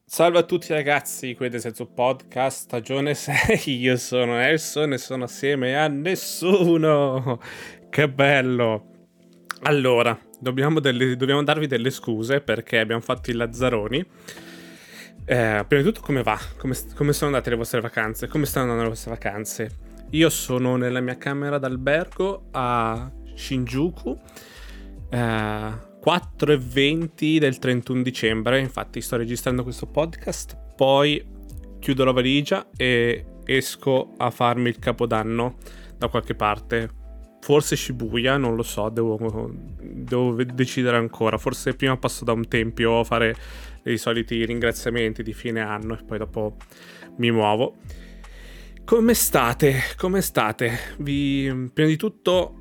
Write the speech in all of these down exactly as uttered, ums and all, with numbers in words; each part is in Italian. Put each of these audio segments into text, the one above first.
Salve a tutti ragazzi, qui è Senso Podcast, stagione sei, io sono Nelson e sono assieme a nessuno, che bello! Allora, dobbiamo, delle, dobbiamo darvi delle scuse perché abbiamo fatto i lazzaroni. Eh, prima di tutto come va? Come, come sono andate le vostre vacanze? Come stanno andando le vostre vacanze? Io sono nella mia camera d'albergo a Shinjuku, eh... quattro e venti del trentuno dicembre, infatti sto registrando questo podcast, poi chiudo la valigia e esco a farmi il capodanno da qualche parte, forse Shibuya, non lo so, devo, devo decidere ancora, forse prima passo da un tempio a fare i soliti ringraziamenti di fine anno e poi dopo mi muovo. Come state? Come state? Vi, prima di tutto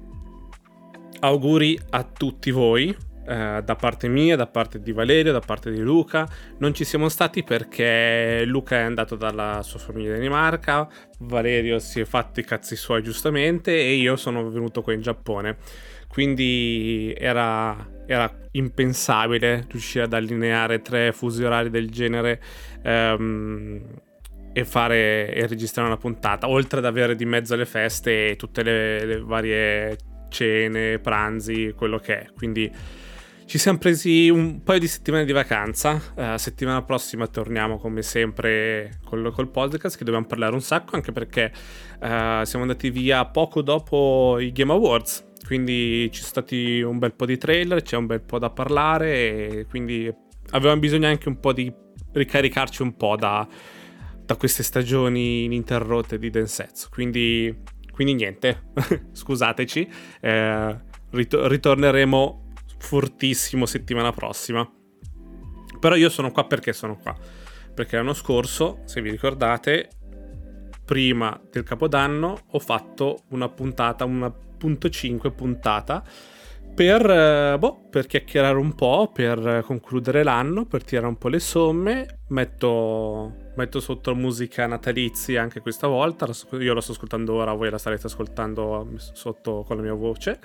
auguri a tutti voi. Uh, da parte mia, da parte di Valerio, da parte di Luca. Non ci siamo stati perché Luca è andato dalla sua famiglia in Danimarca, Valerio si è fatto i cazzi suoi giustamente e io sono venuto qua in Giappone, quindi era, era impensabile riuscire ad allineare tre fusi orari del genere um, e fare e registrare una puntata, oltre ad avere di mezzo le feste e tutte le, le varie cene, pranzi, quello che è, quindi ci siamo presi un paio di settimane di vacanza. Uh, settimana prossima torniamo come sempre col, col podcast, che dobbiamo parlare un sacco, anche perché uh, siamo andati via poco dopo i Game Awards, quindi ci sono stati un bel po' di trailer, c'è un bel po' da parlare e quindi avevamo bisogno anche un po' di ricaricarci un po' da, da queste stagioni ininterrotte di Densetsu, quindi, quindi niente, scusateci, eh, rit- ritorneremo fortissimo settimana prossima. Però io sono qua perché sono qua perché l'anno scorso, se vi ricordate, prima del Capodanno ho fatto una puntata, una punto cinque puntata per, boh, per chiacchierare un po', per concludere l'anno, per tirare un po' le somme. Metto, metto sotto musica natalizia anche questa volta, io la sto ascoltando ora, voi la starete ascoltando sotto con la mia voce.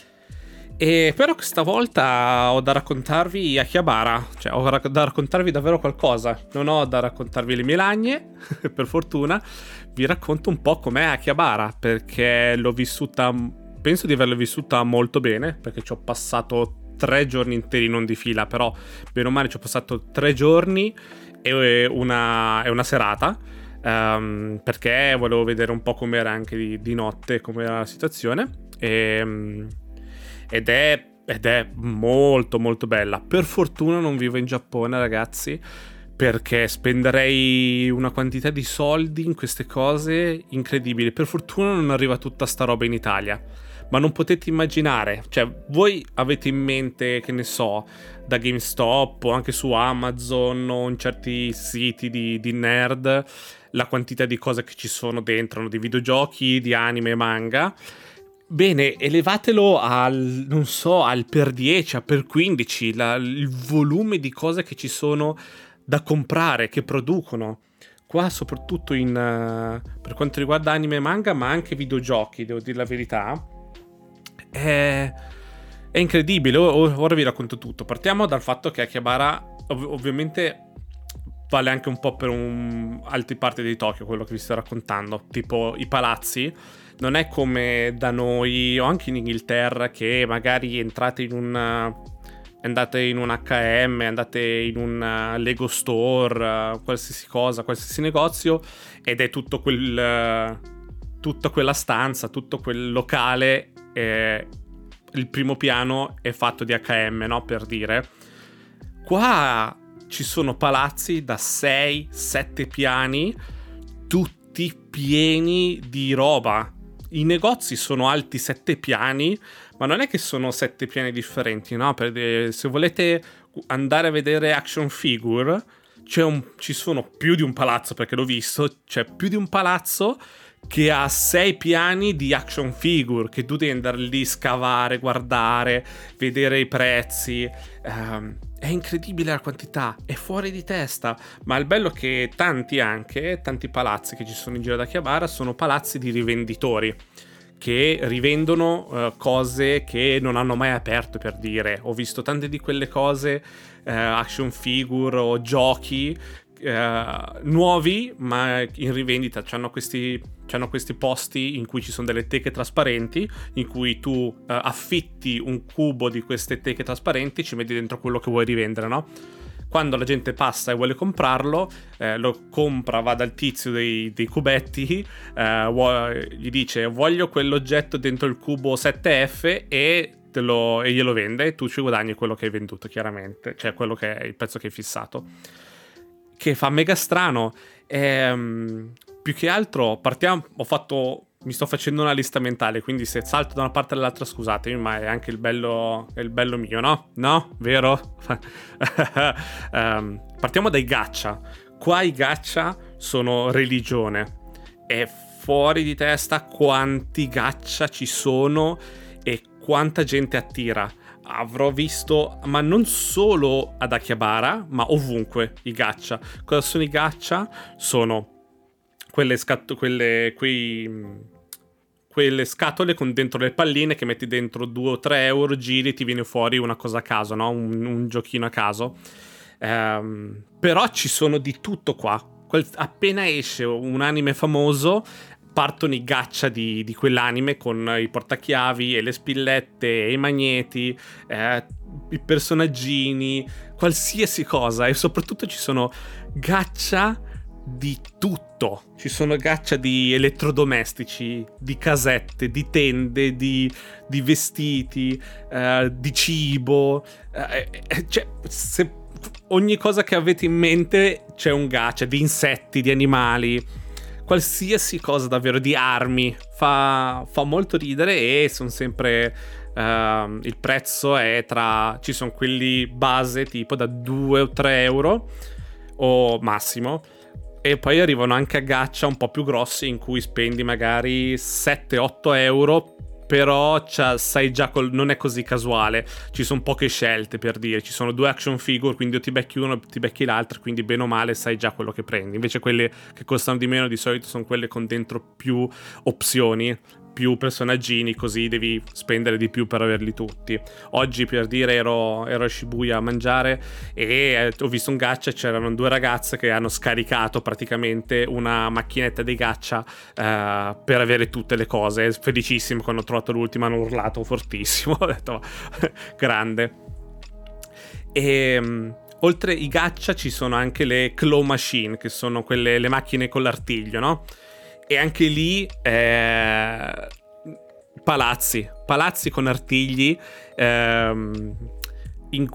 E però questa volta ho da raccontarvi Akihabara, cioè ho da raccontarvi davvero qualcosa, non ho da raccontarvi le mie lagne, per fortuna, vi racconto un po' com'è Akihabara, perché l'ho vissuta, penso di averla vissuta molto bene, perché ci ho passato tre giorni interi, non di fila, però bene o male ci ho passato tre giorni e una, e una serata, um, perché volevo vedere un po' com'era anche di, di notte, com'era la situazione, e... Ed è, ed è molto molto bella. Per fortuna non vivo in Giappone, ragazzi, perché spenderei una quantità di soldi in queste cose incredibile. Per fortuna non arriva tutta sta roba in Italia, ma non potete immaginare, cioè voi avete in mente, che ne so, da GameStop o anche su Amazon o in certi siti di, di nerd, la quantità di cose che ci sono dentro, no? Di videogiochi, di anime, manga. Bene, elevatelo al, non so, al per dieci, al per quindici, la, il volume di cose che ci sono da comprare, che producono. Qua soprattutto in, uh, per quanto riguarda anime e manga, ma anche videogiochi, devo dire la verità, è, è incredibile. O, ora vi racconto tutto. Partiamo dal fatto che Akihabara ov- ovviamente vale anche un po' per un, altre parti di Tokyo, quello che vi sto raccontando, tipo i palazzi. Non è come da noi o anche in Inghilterra che magari entrate in un andate in un acca e emme, andate in un Lego Store, qualsiasi cosa, qualsiasi negozio, ed è tutto quel tutta quella stanza, tutto quel locale, eh, il primo piano è fatto di acca e emme, no? Per dire. Qua ci sono palazzi da sei sette piani, tutti pieni di roba. I negozi sono alti sette piani, ma non è che sono sette piani differenti, no? Perché se volete andare a vedere action figure, c'è un, ci sono più di un palazzo, perché l'ho visto, c'è più di un palazzo che ha sei piani di action figure, che tu devi andare lì, scavare, guardare, vedere i prezzi. Um, è incredibile la quantità, è fuori di testa. Ma il bello è che tanti anche, tanti palazzi che ci sono in giro da Akihabara sono palazzi di rivenditori, che rivendono uh, cose che non hanno mai aperto, per dire. Ho visto tante di quelle cose, uh, action figure o giochi, eh, nuovi ma in rivendita. C'hanno questi, c'hanno questi posti in cui ci sono delle teche trasparenti, in cui tu eh, affitti un cubo di queste teche trasparenti, ci metti dentro quello che vuoi rivendere, no? Quando la gente passa e vuole comprarlo, eh, lo compra, va dal tizio dei, dei cubetti, eh, vuo- gli dice voglio quell'oggetto dentro il cubo sette F e, te lo, e glielo vende, e tu ci guadagni quello che hai venduto, chiaramente, cioè quello che è il prezzo che hai fissato. Che fa mega strano. Ehm, più che altro partiamo, ho fatto... Mi sto facendo una lista mentale, quindi se salto da una parte all'altra scusatemi, ma è anche il bello, è il bello mio, no? No? Vero? um, partiamo dai gacha. Qua i gacha sono religione. È fuori di testa quanti gacha ci sono e quanta gente attira. Avrò visto, ma non solo ad Akihabara, ma ovunque i gacha. Cosa sono i gacha? Sono quelle scatto, quelle, quei... quelle scatole con dentro le palline che metti dentro due o tre euro, giri e ti viene fuori una cosa a caso, no? Un, un giochino a caso. Um, però ci sono di tutto qua. Quel, appena esce un anime famoso, partono i gacha di, di quell'anime con i portachiavi e le spillette e i magneti, eh, i personaggini, qualsiasi cosa. E soprattutto ci sono gacha di tutto. Ci sono gacha di elettrodomestici, di casette, di tende, di, di vestiti, uh, di cibo. Uh, cioè, se ogni cosa che avete in mente c'è un gacha, di insetti, di animali, qualsiasi cosa davvero, di armi. Fa, fa molto ridere e sono sempre... Uh, il prezzo è tra... Ci sono quelli base tipo da due o tre euro o massimo. E poi arrivano anche a gacha un po' più grossi in cui spendi magari sette otto euro, però sai già, col, non è così casuale, ci sono poche scelte, per dire, ci sono due action figure, quindi o ti becchi uno o ti becchi l'altro, quindi bene o male sai già quello che prendi. Invece quelle che costano di meno di solito sono quelle con dentro più opzioni, più personaggini, così devi spendere di più per averli tutti. Oggi, per dire, ero, ero a Shibuya a mangiare e eh, ho visto un gacha, c'erano due ragazze che hanno scaricato praticamente una macchinetta dei gacha eh, per avere tutte le cose. Felicissimo, quando ho trovato l'ultima hanno urlato fortissimo. Ho detto grande. E um, oltre i gacha ci sono anche le claw machine, che sono quelle, le macchine con l'artiglio, no? E anche lì eh, palazzi, palazzi con artigli ehm, in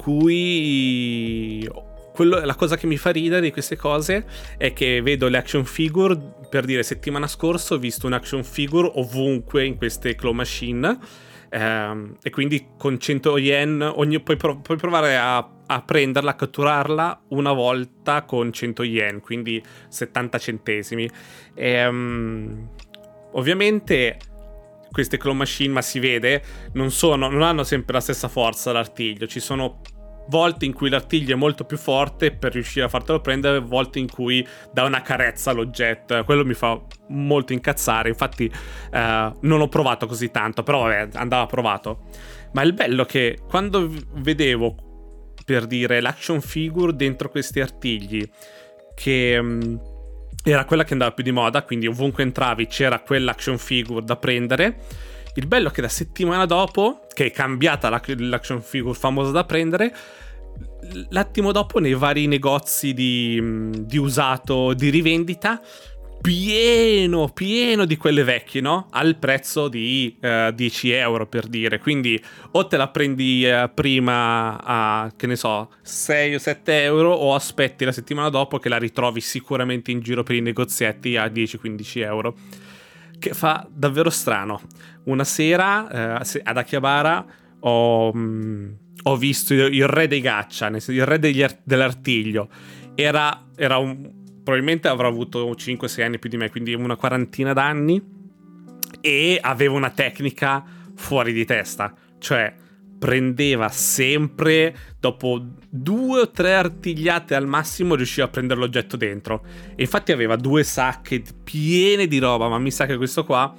cui quello, la cosa che mi fa ridere di queste cose è che vedo le action figure, per dire, settimana scorsa ho visto un action figure ovunque in queste claw machine ehm, e quindi con cento yen ogni, puoi, prov- puoi provare a a prenderla, a catturarla una volta con cento yen, quindi settanta centesimi. E, um, ovviamente queste claw machine, ma si vede, non sono, non hanno sempre la stessa forza l'artiglio. Ci sono volte in cui l'artiglio è molto più forte per riuscire a fartelo prendere, volte in cui dà una carezza all'oggetto. Quello mi fa molto incazzare, infatti eh, non ho provato così tanto, però vabbè, andava provato. Ma il bello è che quando vedevo, per dire, l'action figure dentro questi artigli, che um, era quella che andava più di moda, quindi ovunque entravi c'era quell'action figure da prendere. Il bello è che la settimana dopo, che è cambiata l'action figure famosa da prendere, l'attimo dopo nei vari negozi di, di usato, di rivendita, pieno, pieno di quelle vecchie, no? Al prezzo di uh, dieci euro, per dire. Quindi o te la prendi uh, prima a, che ne so, sei o sette euro, o aspetti la settimana dopo che la ritrovi sicuramente in giro per i negozietti a dieci quindici euro. Che fa davvero strano. Una sera uh, ad Akihabara ho, um, ho visto il, il re dei gacha, il re degli ar- dell'artiglio. Era, era un... probabilmente avrà avuto cinque sei anni più di me, quindi una quarantina d'anni, e aveva una tecnica fuori di testa, cioè prendeva sempre, dopo due o tre artigliate al massimo, riusciva a prendere l'oggetto dentro. E infatti aveva due sacche piene di roba, ma mi sa che questo qua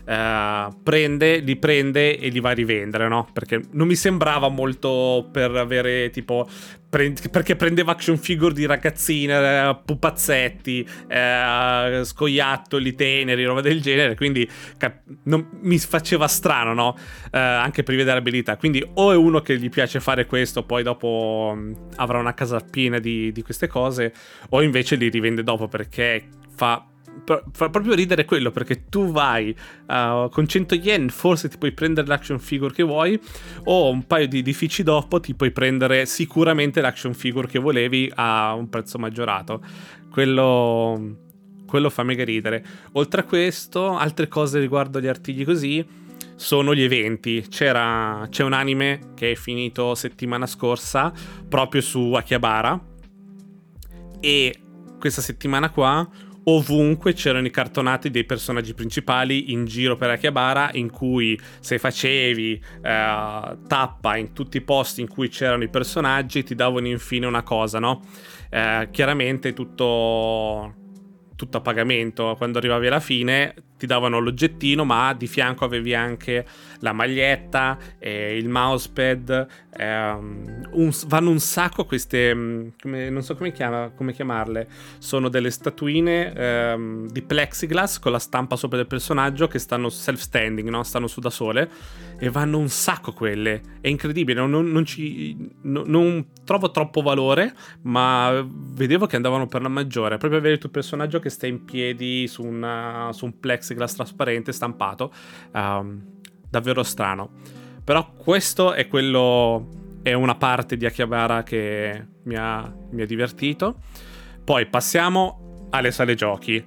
eh, prende, li prende e li va a rivendere, no? Perché non mi sembrava molto per avere tipo... perché prendeva action figure di ragazzine, pupazzetti, eh, scoiattoli teneri, roba del genere, quindi cap- non, mi faceva strano, no? Eh, anche per rivedere abilità. Quindi o è uno che gli piace fare questo, poi dopo mh, avrà una casa piena di, di queste cose, o invece li rivende dopo perché fa... fa proprio ridere quello, perché tu vai uh, con cento yen forse ti puoi prendere l'action figure che vuoi, o un paio di edifici dopo ti puoi prendere sicuramente l'action figure che volevi a un prezzo maggiorato. Quello quello fa mega ridere. Oltre a questo, altre cose riguardo gli artigli così sono gli eventi. C'era c'è un anime che è finito settimana scorsa proprio su Akihabara, e questa settimana qua ovunque c'erano i cartonati dei personaggi principali in giro per Akihabara, in cui se facevi eh, tappa in tutti i posti in cui c'erano i personaggi ti davano infine una cosa, no? Eh, chiaramente tutto, tutto a pagamento. Quando arrivavi alla fine ti davano l'oggettino, ma di fianco avevi anche la maglietta, eh, il mousepad, ehm, un, vanno un sacco queste, come, non so come, chiama, come chiamarle, sono delle statuine ehm, di plexiglass con la stampa sopra del personaggio che stanno self-standing, no? Stanno su da sole, e vanno un sacco quelle, è incredibile, non, non, non ci non, non trovo troppo valore, ma vedevo che andavano per la maggiore, proprio avere il tuo personaggio che sta in piedi su, una, su un plexiglass trasparente stampato, um, davvero strano. Però questo è quello, è una parte di Akihabara che mi ha, mi ha divertito. Poi passiamo alle sale giochi.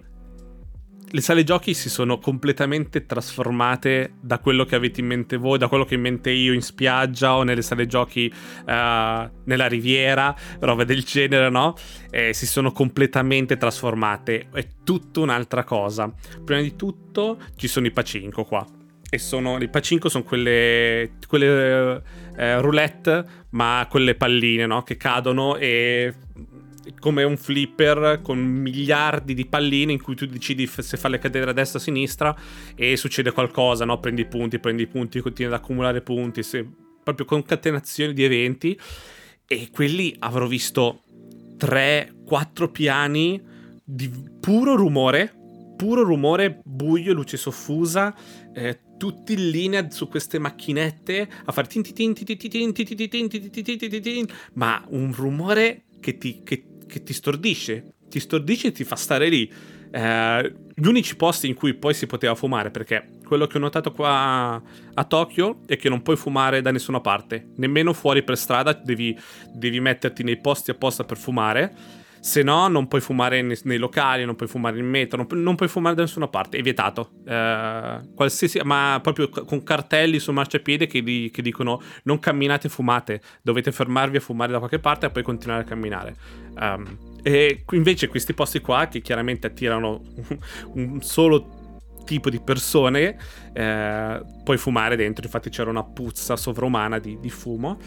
Le sale giochi si sono completamente trasformate da quello che avete in mente voi, da quello che ho in mente io in spiaggia o nelle sale giochi uh, nella riviera, robe del genere, no? E si sono completamente trasformate, è tutta un'altra cosa. Prima di tutto ci sono i pachinko qua, e sono i pachinko sono quelle quelle eh, roulette, ma quelle palline, no? Che cadono, e come un flipper con miliardi di palline in cui tu decidi se farle cadere a destra o a sinistra e succede qualcosa, no? Prendi punti, prendi punti, continui ad accumulare punti, se, proprio concatenazioni di eventi. E quelli avrò visto tre quattro piani di puro rumore, puro rumore, buio, luce soffusa, eh, tutti in linea su queste macchinette a fare tin tin tin tin tin tin tin tin tin tin tin, ma un rumore che ti che che ti stordisce, ti stordisce e ti fa stare lì. Eh, gli unici posti in cui poi si poteva fumare, perché quello che ho notato qua a Tokyo è che non puoi fumare da nessuna parte, nemmeno fuori per strada, devi, devi metterti nei posti apposta per fumare, se no non puoi fumare nei, nei locali, non puoi fumare in metro, non, pu- non puoi fumare da nessuna parte, è vietato. Eh, qualsiasi, ma proprio con cartelli sul marciapiede che, di, che dicono non camminate, fumate, dovete fermarvi a fumare da qualche parte e poi continuare a camminare. Um, e invece questi posti qua, che chiaramente attirano un solo tipo di persone, eh, puoi fumare dentro. Infatti c'era una puzza sovrumana di, di fumo,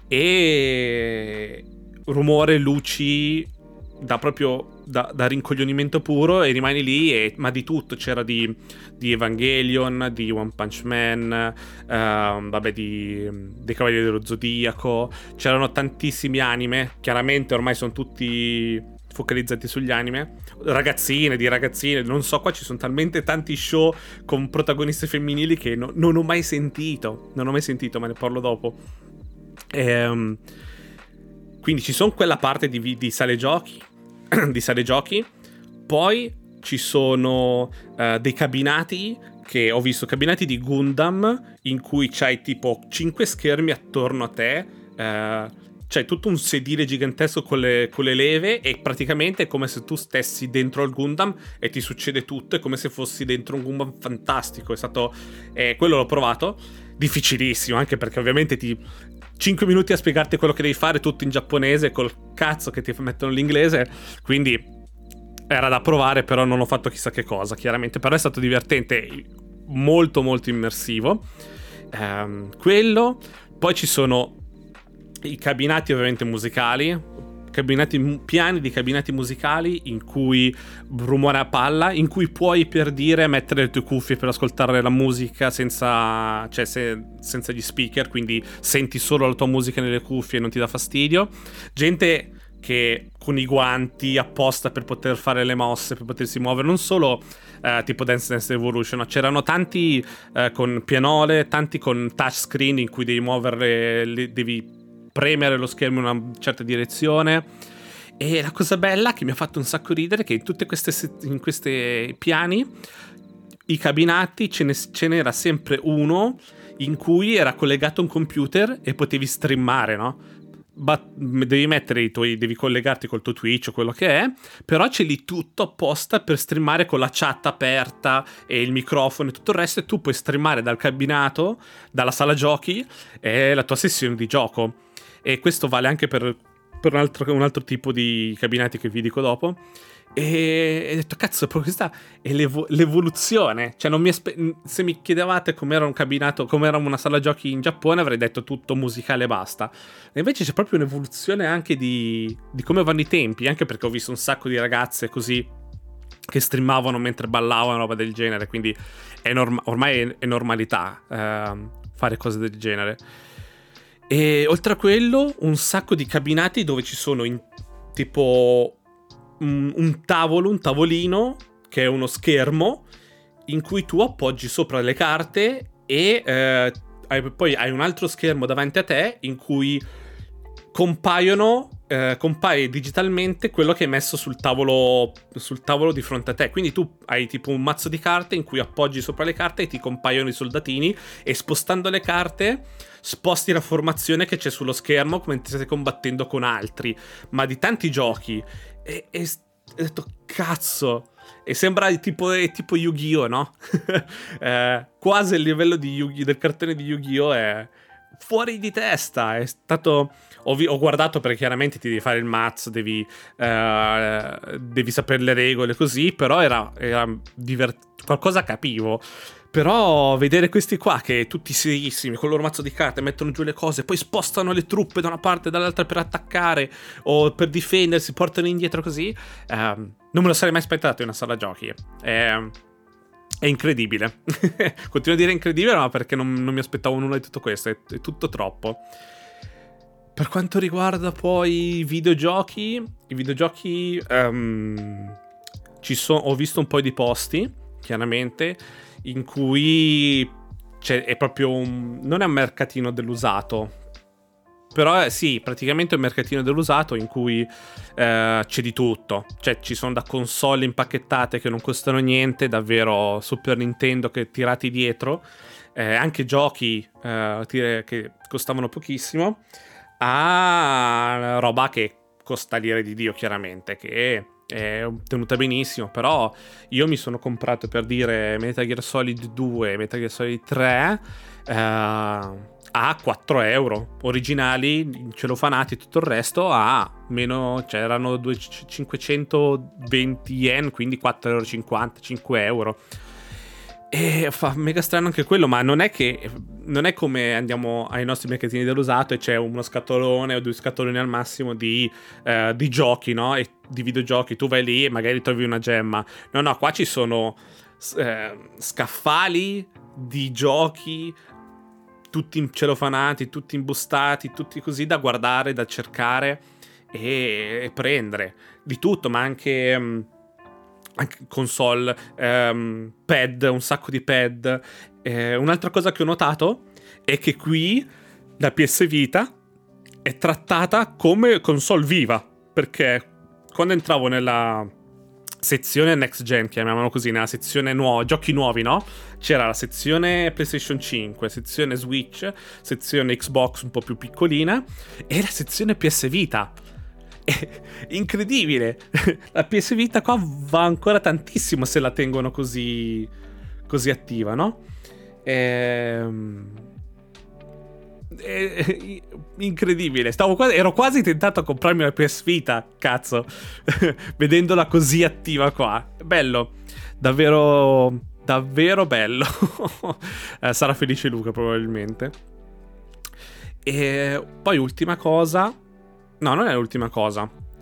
e rumore, luci, da proprio da, da rincoglionimento puro, e rimani lì. E, ma di tutto c'era, di, di Evangelion, di One Punch Man, uh, vabbè, di dei Cavalieri dello Zodiaco, c'erano tantissimi anime, chiaramente ormai sono tutti focalizzati sugli anime, ragazzine, di ragazzine, non so, qua ci sono talmente tanti show con protagoniste femminili che no, non ho mai sentito, non ho mai sentito, ma ne parlo dopo. Ehm... Quindi ci sono quella parte di, di sale giochi, di sale giochi, poi ci sono uh, dei cabinati, che ho visto cabinati di Gundam in cui c'hai tipo cinque schermi attorno a te, uh, c'hai tutto un sedile gigantesco con le, con le leve, e praticamente è come se tu stessi dentro al Gundam e ti succede tutto, è come se fossi dentro un Gundam fantastico. È stato, eh, quello l'ho provato, difficilissimo, anche perché ovviamente ti cinque minuti a spiegarti quello che devi fare, tutto in giapponese, col cazzo che ti mettono l'inglese, quindi era da provare, però non ho fatto chissà che cosa, chiaramente, però è stato divertente, molto molto immersivo. Ehm, quello, poi ci sono i cabinati ovviamente musicali, cabinati, piani di cabinati musicali in cui rumore a palla, in cui puoi, per dire, mettere le tue cuffie per ascoltare la musica senza, cioè se, senza gli speaker, quindi senti solo la tua musica nelle cuffie e non ti dà fastidio. Gente che con i guanti apposta per poter fare le mosse, per potersi muovere, non solo eh, tipo Dance Dance Revolution, no? C'erano tanti eh, con pianole, tanti con touchscreen in cui devi muovere, le, devi premere lo schermo in una certa direzione. E la cosa bella che mi ha fatto un sacco ridere è che in tutte queste in questi piani i cabinati ce, ne, ce n'era sempre uno in cui era collegato un computer e potevi streamare, no? But, devi mettere i tuoi, devi collegarti col tuo Twitch o quello che è, però c'è lì tutto apposta per streamare con la chat aperta e il microfono e tutto il resto, e tu puoi streamare dal cabinato, dalla sala giochi, e la tua sessione di gioco. E questo vale anche per, per un, altro, un altro tipo di cabinati che vi dico dopo. E ho detto, cazzo, questa è l'evo- l'evoluzione. Cioè, non mi aspe- se mi chiedevate com'era un cabinato, com'era una sala giochi in Giappone, avrei detto tutto musicale e basta. E invece c'è proprio un'evoluzione anche di, di come vanno i tempi. Anche perché ho visto un sacco di ragazze così che streamavano mentre ballavano, roba del genere. Quindi è norm- ormai è, è normalità eh, fare cose del genere. E oltre a quello, un sacco di cabinati dove ci sono in, tipo un, un tavolo, un tavolino che è uno schermo in cui tu appoggi sopra le carte e eh, hai, poi hai un altro schermo davanti a te in cui compaiono eh, compare digitalmente quello che è messo sul tavolo sul tavolo di fronte a te. Quindi tu hai tipo un mazzo di carte in cui appoggi sopra le carte e ti compaiono i soldatini, e spostando le carte sposti la formazione che c'è sullo schermo come se stai combattendo con altri, ma di tanti giochi. E, e ho detto, cazzo, e sembra tipo, è tipo Yu-Gi-Oh, no? eh, quasi il livello di Yu-Gi- del cartone di Yu-Gi-Oh è fuori di testa. È stato... Ho, vi- ho guardato, perché chiaramente ti devi fare il mazzo, devi, eh, devi sapere le regole così, però era, era divert- qualcosa capivo. Però vedere questi qua che tutti serissimi con il loro mazzo di carte mettono giù le cose, poi spostano le truppe da una parte e dall'altra per attaccare o per difendersi, portano indietro così, ehm, non me lo sarei mai aspettato in una sala giochi. È, è incredibile. Continuo a dire incredibile, ma perché non, non mi aspettavo nulla di tutto questo, è, è tutto troppo. Per quanto riguarda poi i videogiochi, i videogiochi um, ci so, ho visto un po' di posti, chiaramente, in cui c'è, è proprio un, non è un mercatino dell'usato, però è, sì, praticamente è un mercatino dell'usato in cui eh, c'è di tutto. Cioè ci sono da console impacchettate che non costano niente, davvero Super Nintendo che tirati dietro, eh, anche giochi eh, che costavano pochissimo, a roba che costa l'ira di Dio, chiaramente, che è tenuta benissimo. Però io mi sono comprato, per dire, Metal Gear Solid due e Metal Gear Solid tre eh, a quattro euro originali, celofanati e tutto il resto a meno, cioè erano cinquecentoventi yen, quindi quattro e cinquanta, cinque euro. E fa mega strano anche quello, ma non è che non è come andiamo ai nostri mercatini dell'usato e c'è uno scatolone o due scatoloni al massimo di, eh, di giochi, no? E di videogiochi. Tu vai lì e magari trovi una gemma. No, no, qua ci sono eh, scaffali di giochi, tutti celofanati, tutti imbustati, tutti così da guardare, da cercare e, e prendere. Di tutto, ma anche... Um, anche console, ehm, pad, un sacco di pad. Eh, un'altra cosa che ho notato è che qui la P S Vita è trattata come console viva, perché quando entravo nella sezione next gen, chiamiamolo così, nella sezione nuova, giochi nuovi, no? C'era la sezione PlayStation cinque, sezione Switch, sezione Xbox un po' più piccolina e la sezione P S Vita. Incredibile. La P S Vita qua va ancora tantissimo se la tengono così così attiva, no? Ehm... È... incredibile. Stavo quasi... ero quasi tentato a comprarmi la P S Vita, cazzo. Vedendola così attiva qua. Bello. Davvero davvero bello. eh, sarà felice Luca probabilmente. E poi ultima cosa. No, non è l'ultima cosa.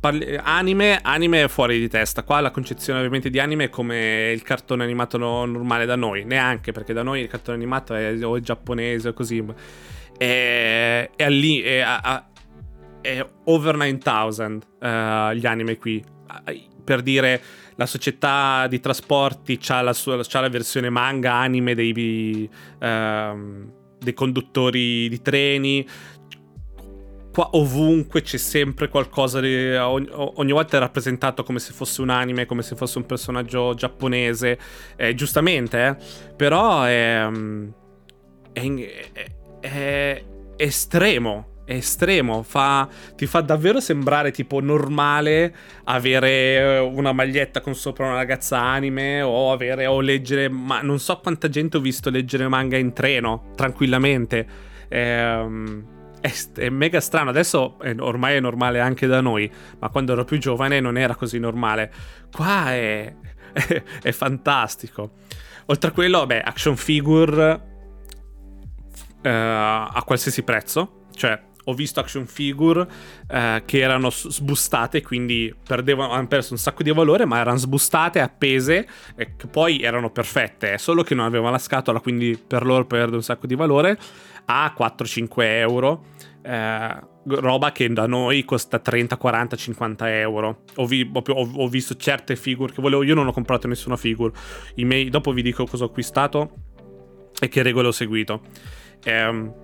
parli- anime, anime è fuori di testa. Qua la concezione ovviamente di anime è come il cartone animato no- normale da noi. Neanche, perché da noi il cartone animato è o è giapponese o così. È, è, lì, è, è, è over novemila uh, gli anime qui. Per dire, la società di trasporti c'ha la, sua, c'ha la versione manga anime dei, uh, dei conduttori di treni. Qua ovunque c'è sempre qualcosa di, ogni, ogni volta è rappresentato come se fosse un anime, come se fosse un personaggio giapponese, eh, giustamente, eh, però è, è, è, è estremo. È estremo, fa, ti fa davvero sembrare tipo normale avere una maglietta con sopra una ragazza anime o avere o leggere, ma non so quanta gente ho visto leggere manga in treno tranquillamente. Ehm, è, è mega strano. Adesso è, ormai è normale anche da noi, ma quando ero più giovane non era così normale. Qua è, è, è fantastico. Oltre a quello, beh, action figure eh, a qualsiasi prezzo, cioè ho visto action figure eh, che erano sbustate, quindi perdevano, hanno perso un sacco di valore, ma erano sbustate, appese, e che poi erano perfette, solo che non avevano la scatola, quindi per loro perde un sacco di valore, a quattro cinque euro. Eh, roba che da noi costa trenta, quaranta, cinquanta euro. Ho, vi, ho, ho visto certe figure che volevo, io non ho comprato nessuna figure. I miei, dopo vi dico cosa ho acquistato e che regole ho seguito. Ehm...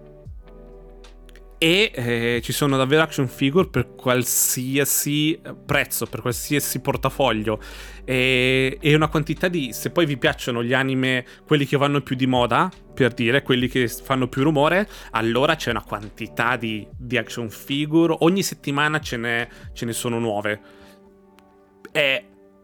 E eh, ci sono davvero action figure per qualsiasi prezzo, per qualsiasi portafoglio. E, e una quantità di... Se poi vi piacciono gli anime, quelli che vanno più di moda, per dire, quelli che fanno più rumore, allora c'è una quantità di, di action figure. Ogni settimana ce ne, ce ne sono nuove. È,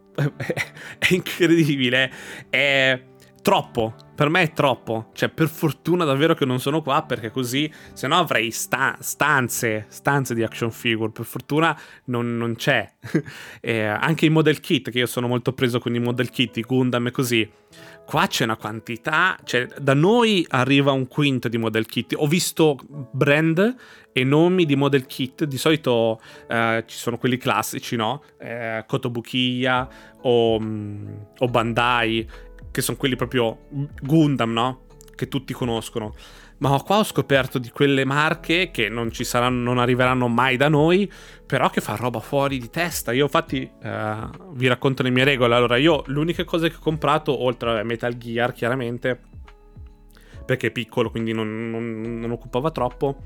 è incredibile. È... troppo, per me è troppo. Cioè, per fortuna davvero che non sono qua, perché così se no avrei sta- stanze stanze di action figure. Per fortuna non, non c'è. E anche i model kit, che io sono molto preso con i model kit, i Gundam e così, qua c'è una quantità. Cioè, da noi arriva un quinto di model kit. Ho visto brand e nomi di model kit. Di solito eh, ci sono quelli classici, no? Eh, Kotobukiya o, um, o Bandai, che sono quelli proprio Gundam, no? Che tutti conoscono. Ma qua ho scoperto di quelle marche che non ci saranno, non arriveranno mai da noi, però che fa roba fuori di testa. Io infatti eh, vi racconto le mie regole. Allora, io l'unica cosa che ho comprato, oltre a Metal Gear, chiaramente, perché è piccolo, quindi non, non, non occupava troppo,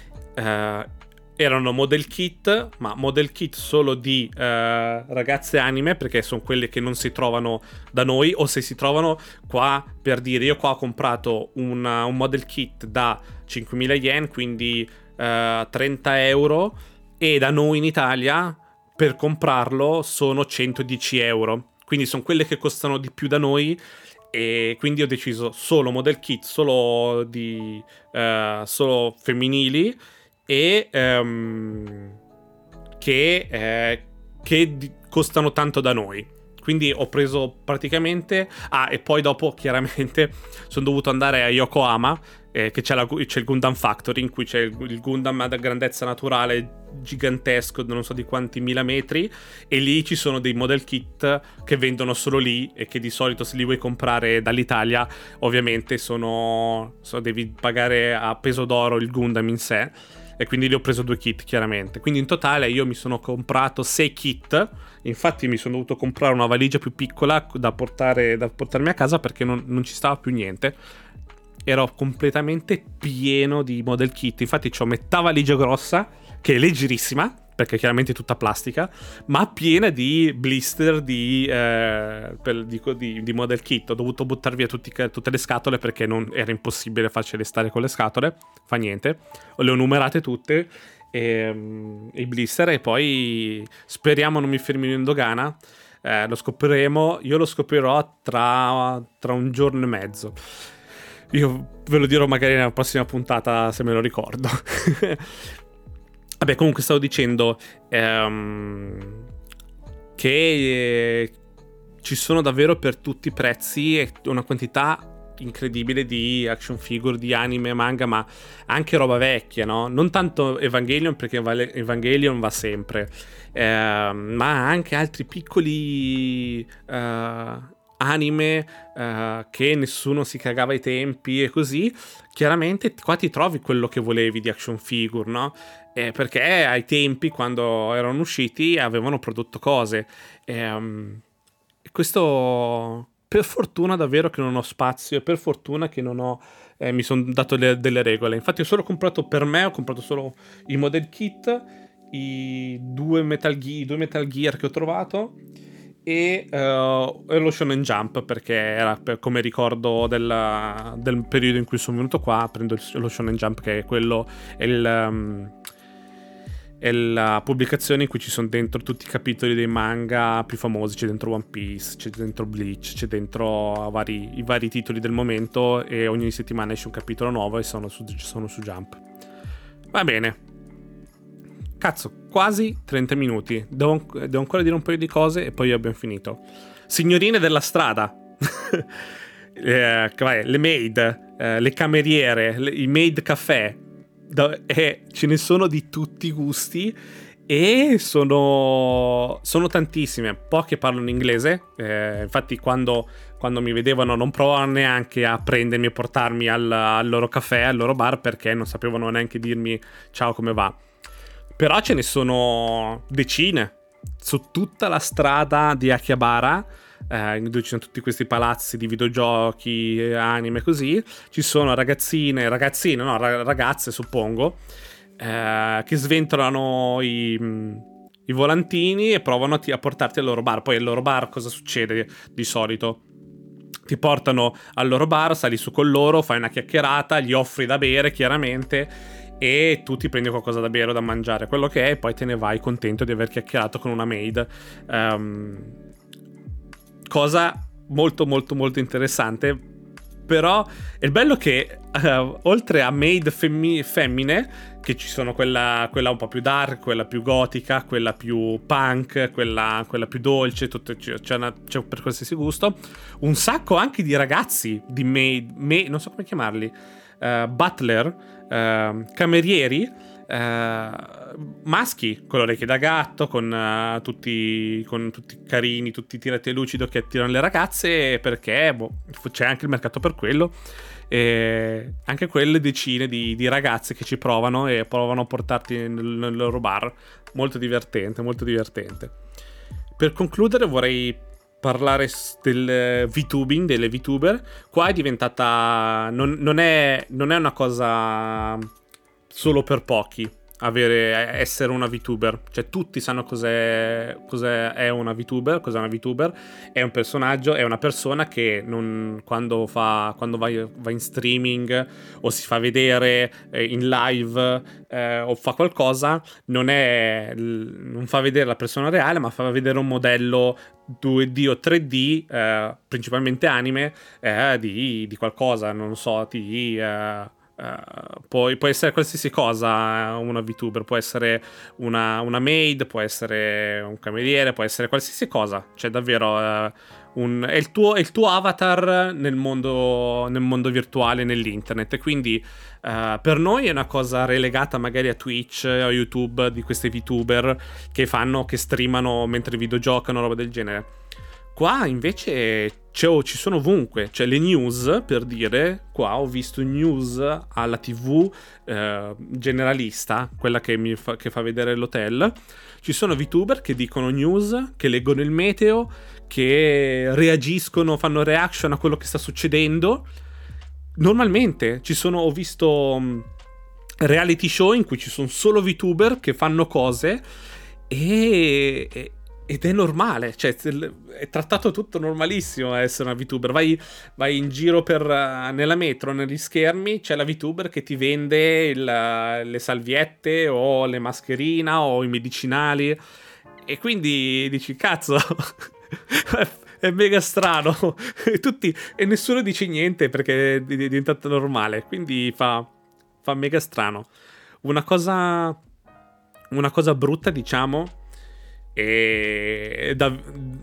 eh, erano model kit, ma model kit solo di eh, ragazze anime, perché sono quelle che non si trovano da noi, o se si trovano qua, per dire, io qua ho comprato una, un model kit da cinquemila yen, quindi eh, trenta euro, e da noi in Italia per comprarlo sono centodieci euro, quindi sono quelle che costano di più da noi. E quindi ho deciso solo model kit, solo di eh, solo femminili, e um, che, eh, che di- costano tanto da noi. Quindi ho preso praticamente... Ah, e poi dopo chiaramente sono dovuto andare a Yokohama, eh, che c'è, la, c'è il Gundam Factory, in cui c'è il, il Gundam a grandezza naturale gigantesco, non so di quanti mila metri, e lì ci sono dei model kit che vendono solo lì, e che di solito se li vuoi comprare dall'Italia ovviamente sono, sono devi pagare a peso d'oro il Gundam in sé. E quindi li ho preso due kit, chiaramente. Quindi in totale io mi sono comprato sei kit. Infatti mi sono dovuto comprare una valigia più piccola da, portare, da portarmi a casa, perché non, non ci stava più niente. Ero completamente pieno di model kit. Infatti c'ho metà valigia grossa, che è leggerissima, perché chiaramente è tutta plastica, ma piena di blister di, eh, per, di, di, di model kit. Ho dovuto buttare via tutti, tutte le scatole, perché non era impossibile farcele stare con le scatole. Fa niente, le ho numerate tutte, e, um, i blister, e poi speriamo non mi fermino in dogana. Eh, lo scopriremo. Io lo scoprirò tra, tra un giorno e mezzo. Io ve lo dirò magari nella prossima puntata, se me lo ricordo. Vabbè, comunque stavo dicendo ehm, che eh, ci sono davvero per tutti i prezzi, e una quantità incredibile di action figure, di anime, manga, ma anche roba vecchia, no? Non tanto Evangelion, perché Evangelion va sempre, eh, ma anche altri piccoli uh, anime uh, che nessuno si cagava ai tempi e così. Chiaramente qua ti trovi quello che volevi di action figure, no? Eh, perché ai tempi, quando erano usciti, avevano prodotto cose. E, um, questo, per fortuna davvero che non ho spazio, e per fortuna che non ho, eh, mi sono dato le, delle regole. Infatti ho solo comprato per me, ho comprato solo i model kit, i due Metal Gear, i due Metal Gear che ho trovato, e, uh, e lo Shonen Jump, perché era per, come ricordo della, del periodo in cui sono venuto qua. Prendo il, lo Shonen Jump, che è quello, è il... Um, è la pubblicazione in cui ci sono dentro tutti i capitoli dei manga più famosi. C'è dentro One Piece, c'è dentro Bleach, c'è dentro vari, i vari titoli del momento, e ogni settimana esce un capitolo nuovo e sono su, sono su Jump. Va bene, cazzo, quasi trenta minuti. Devo, devo ancora dire un paio di cose e poi abbiamo finito. Signorine della strada. eh, le maid, eh, le cameriere, le, i maid caffè. Da, eh, ce ne sono di tutti i gusti, e sono sono tantissime. Poche parlano inglese, eh, infatti quando, quando mi vedevano non provavano neanche a prendermi e portarmi al, al loro caffè, al loro bar, perché non sapevano neanche dirmi ciao, come va. Però ce ne sono decine su tutta la strada di Akihabara, eh, dove ci sono tutti questi palazzi di videogiochi, anime, così. Ci sono ragazzine, ragazzine, no, ragazze suppongo, eh, che sventolano i, i volantini e provano a portarti al loro bar. Poi al loro bar cosa succede di solito? Ti portano al loro bar, sali su con loro, fai una chiacchierata, gli offri da bere chiaramente, e tu ti prendi qualcosa da bere o da mangiare, quello che è, e poi te ne vai contento di aver chiacchierato con una maid. Um, cosa molto molto molto interessante. Però è il bello che uh, oltre a maid femmi- femmine, che ci sono quella, quella un po' più dark, quella più gotica, quella più punk, quella, quella più dolce, tutto, c'è, una, c'è per qualsiasi gusto, un sacco anche di ragazzi, di maid, maid non so come chiamarli, uh, butler, uh, camerieri, Uh, maschi con le orecchie da gatto, con, uh, tutti, con tutti carini, tutti tirati a lucido, che attirano le ragazze, perché boh, c'è anche il mercato per quello, e anche quelle decine di, di ragazze che ci provano e provano a portarti nel, nel loro bar. Molto divertente, molto divertente. Per concludere vorrei parlare del VTubing, delle VTuber. Qua è diventata, non, non, è, non è una cosa solo per pochi avere, essere una VTuber. Cioè tutti sanno cos'è, cos'è è una VTuber, cos'è una VTuber. È un personaggio, è una persona che non, quando fa quando va, va in streaming o si fa vedere eh, in live, eh, o fa qualcosa, non è non fa vedere la persona reale, ma fa vedere un modello due D o tre D, eh, principalmente anime, eh, di, di qualcosa, non so, di eh, Uh, può, può essere qualsiasi cosa una VTuber, può essere una, una maid, può essere un cameriere, può essere qualsiasi cosa. Cioè davvero uh, un, è, il tuo, è il tuo avatar nel mondo, nel mondo virtuale, nell'internet. Quindi uh, per noi è una cosa relegata magari a Twitch o YouTube, di queste VTuber che fanno, che streamano mentre videogiocano, roba del genere. Qua invece c'è, ci sono ovunque, cioè le news, per dire, qua ho visto news alla tivù eh, generalista, quella che, mi fa, che fa vedere l'hotel. Ci sono VTuber che dicono news, che leggono il meteo, che reagiscono, fanno reaction a quello che sta succedendo. Normalmente ci sono, ho visto um, reality show in cui ci sono solo VTuber che fanno cose e... e ed è normale, cioè è trattato tutto normalissimo a essere una VTuber. Vai, vai in giro per, uh, nella metro, negli schermi, c'è la VTuber che ti vende il, le salviette o le mascherine o i medicinali, e quindi dici cazzo è mega strano e, tutti, e nessuno dice niente perché è diventato normale, quindi fa, fa mega strano. Una cosa, una cosa brutta, diciamo, e da,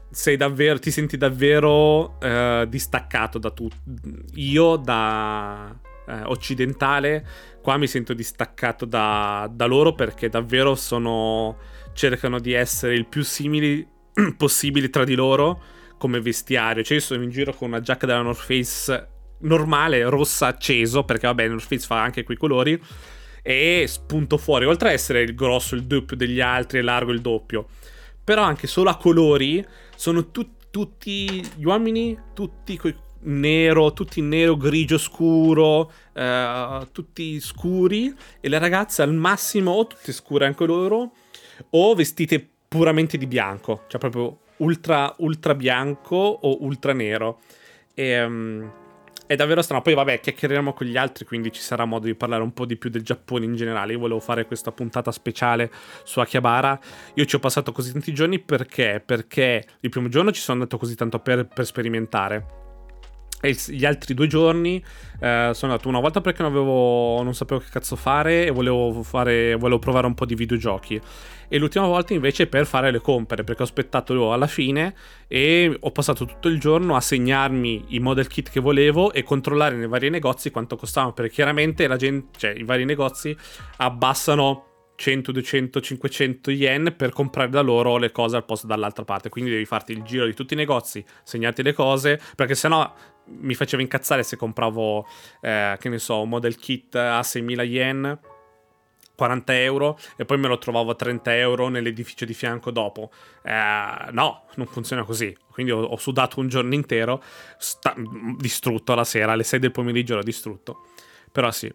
sei davvero, ti senti davvero uh, distaccato da tutto. Io da uh, occidentale qua mi sento distaccato da, da loro, perché davvero sono cercano di essere il più simili possibili tra di loro come vestiario. Cioè io sono in giro con una giacca della North Face normale, rossa acceso, perché vabbè North Face fa anche quei colori, e spunto fuori, oltre a essere il grosso, il doppio degli altri e largo il doppio, però anche solo a colori sono tu- tutti gli uomini, tutti coi nero, tutti nero, grigio scuro, eh, tutti scuri, e le ragazze al massimo o tutte scure anche loro o vestite puramente di bianco, cioè proprio ultra ultra bianco o ultra nero. E, um, è davvero strano. Poi vabbè, chiacchiereremo con gli altri, quindi ci sarà modo di parlare un po' di più del Giappone in generale. Io volevo fare questa puntata speciale su Akihabara. Io ci ho passato così tanti giorni perché? Perché il primo giorno ci sono andato così tanto per, per sperimentare. E gli altri due giorni eh, sono andato una volta perché non avevo, non sapevo che cazzo fare e volevo fare, volevo provare un po' di videogiochi. E l'ultima volta invece per fare le compere, perché ho aspettato alla fine e ho passato tutto il giorno a segnarmi i model kit che volevo e controllare nei vari negozi quanto costavano, perché chiaramente la gente, cioè i vari negozi abbassano cento, duecento, cinquecento yen per comprare da loro le cose al posto dall'altra parte. Quindi devi farti il giro di tutti i negozi, segnarti le cose, perché sennò mi faceva incazzare se compravo, eh, che ne so, un model kit a seimila yen, quaranta euro, e poi me lo trovavo a trenta euro nell'edificio di fianco dopo. Eh, no, non funziona così. Quindi ho, ho sudato un giorno intero, sta- distrutto la sera, alle sei del pomeriggio l'ho distrutto. Però sì.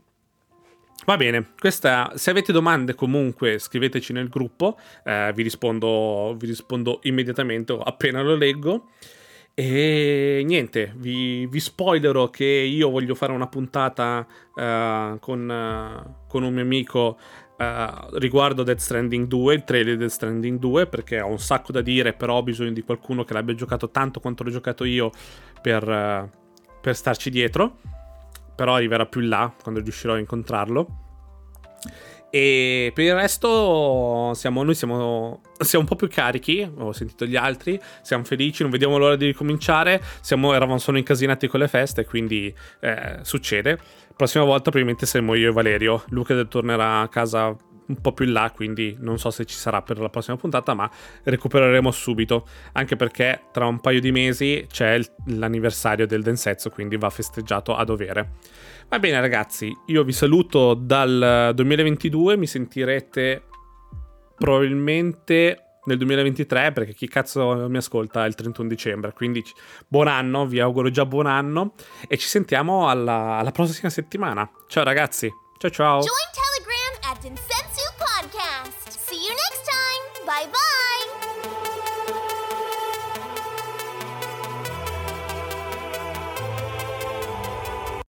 Va bene, questa, se avete domande comunque scriveteci nel gruppo, eh, vi rispondo, vi rispondo immediatamente appena lo leggo. E niente, vi, vi spoilerò che io voglio fare una puntata uh, con, uh, con un mio amico uh, riguardo Death Stranding due, il trailer di Death Stranding due, perché ho un sacco da dire, però ho bisogno di qualcuno che l'abbia giocato tanto quanto l'ho giocato io per, uh, per starci dietro. Però arriverà più in là, quando riuscirò a incontrarlo. E per il resto siamo, noi siamo, siamo un po' più carichi. Ho sentito gli altri, siamo felici, non vediamo l'ora di ricominciare. Siamo, eravamo solo incasinati con le feste, quindi eh, succede. La prossima volta probabilmente saremo io e Valerio. Luca tornerà a casa un po' più in là, quindi non so se ci sarà per la prossima puntata, ma recupereremo subito, anche perché tra un paio di mesi c'è l'anniversario del Densetsu, quindi va festeggiato a dovere. Va bene ragazzi, io vi saluto dal duemilaventidue, mi sentirete probabilmente nel duemilaventitré, perché chi cazzo mi ascolta il trentuno dicembre, quindi buon anno, vi auguro già buon anno e ci sentiamo alla, alla prossima settimana. Ciao ragazzi, ciao ciao!